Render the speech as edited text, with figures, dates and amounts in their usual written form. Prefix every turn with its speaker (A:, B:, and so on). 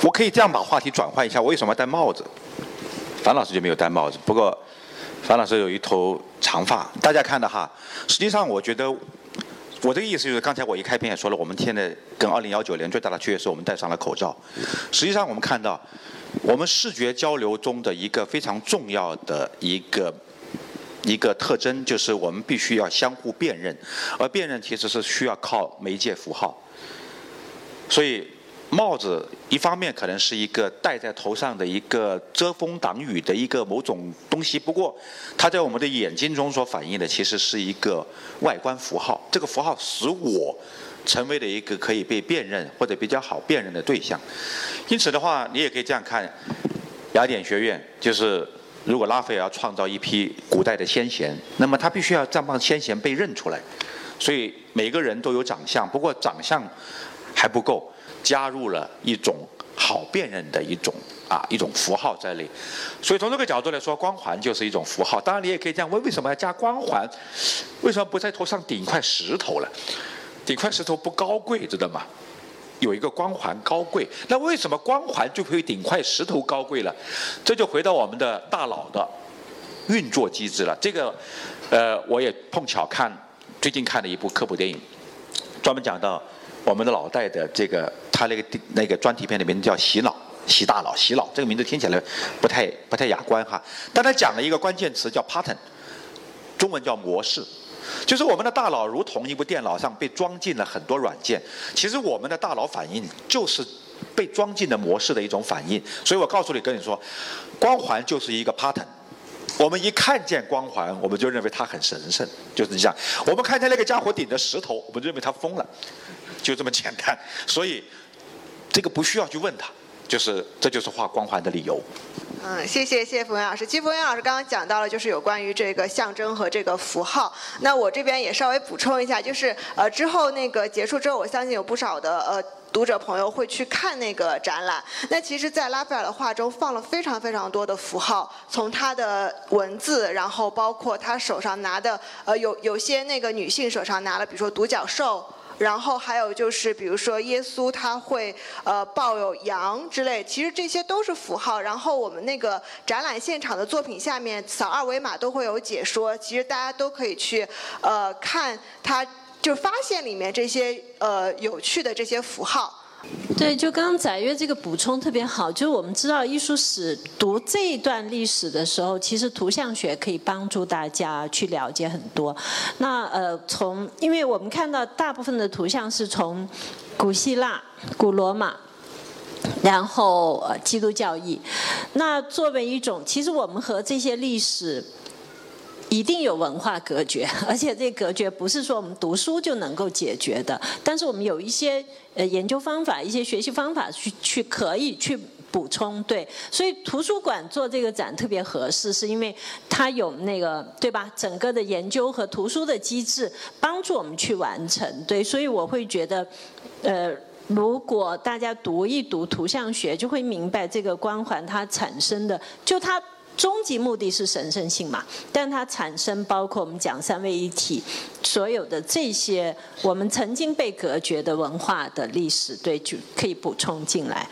A: 我可以这样把话题转换一下，我为什么要戴帽子？樊老师就没有戴帽子，不过樊老师有一头长发，大家看到哈。实际上，我觉得我这个意思就是，刚才我一开篇也说了，我们现在跟2019年最大的区别是我们戴上了口罩。实际上，我们看到我们视觉交流中的一个非常重要的一个特征，就是我们必须要相互辨认，而辨认其实是需要靠媒介符号。所以帽子一方面可能是一个戴在头上的一个遮风挡雨的一个某种东西，不过它在我们的眼睛中所反映的其实是一个外观符号。这个符号使我成为了一个可以被辨认或者比较好辨认的对象。因此的话，你也可以这样看，雅典学院就是如果拉斐尔要创造一批古代的先贤，那么他必须要这帮先贤被认出来。所以每个人都有长相，不过长相还不够，加入了一种好辨认的一种符号在内。所以从这个角度来说，光环就是一种符号。当然你也可以这样问，为什么要加光环？为什么不在头上顶一块石头了？顶块石头不高贵，知道吗？有一个光环高贵，那为什么光环就会顶块石头高贵了？这就回到我们的大脑的运作机制了。这个我也碰巧最近看了一部科普电影，专门讲到我们的脑袋的这个，他那个专题片的名字叫洗脑，洗大脑，洗脑这个名字听起来不太雅观哈，但他讲了一个关键词叫 pattern， 中文叫模式。就是我们的大脑如同一部电脑上被装进了很多软件，其实我们的大脑反应就是被装进的模式的一种反应。所以我告诉你，跟你说，光环就是一个 pattern。我们一看见光环，我们就认为它很神圣，就是这样。我们看见那个家伙顶着石头，我们认为他疯了，就这么简单。所以这个不需要去问他，这就是画光环的理由。
B: 谢谢冯源老师。其实冯源老师刚刚讲到了，就是有关于这个象征和这个符号。那我这边也稍微补充一下，就是之后那个结束之后，我相信有不少的读者朋友会去看那个展览。那其实，在拉斐尔的画中放了非常非常多的符号，从他的文字，然后包括他手上拿的有些那个女性手上拿了，比如说独角兽。然后还有就是，比如说耶稣他会抱有羊之类，其实这些都是符号。然后我们那个展览现场的作品下面扫二维码都会有解说，其实大家都可以去看它，就发现里面这些有趣的这些符号。
C: 对，就刚刚载越这个补充特别好，就是我们知道艺术史读这一段历史的时候，其实图像学可以帮助大家去了解很多。那因为我们看到大部分的图像是从古希腊、古罗马。然后基督教义，那作为一种，其实我们和这些历史一定有文化隔绝，而且这隔绝不是说我们读书就能够解决的。但是我们有一些研究方法、一些学习方法去可以去补充。对，所以图书馆做这个展特别合适，是因为它有那个对吧？整个的研究和图书的机制帮助我们去完成。对，所以我会觉得如果大家读一读图像学，就会明白这个光环它产生的，就它终极目的是神圣性嘛，但它产生包括我们讲三位一体，所有的这些我们曾经被隔绝的文化的历史，对，就可以补充进来。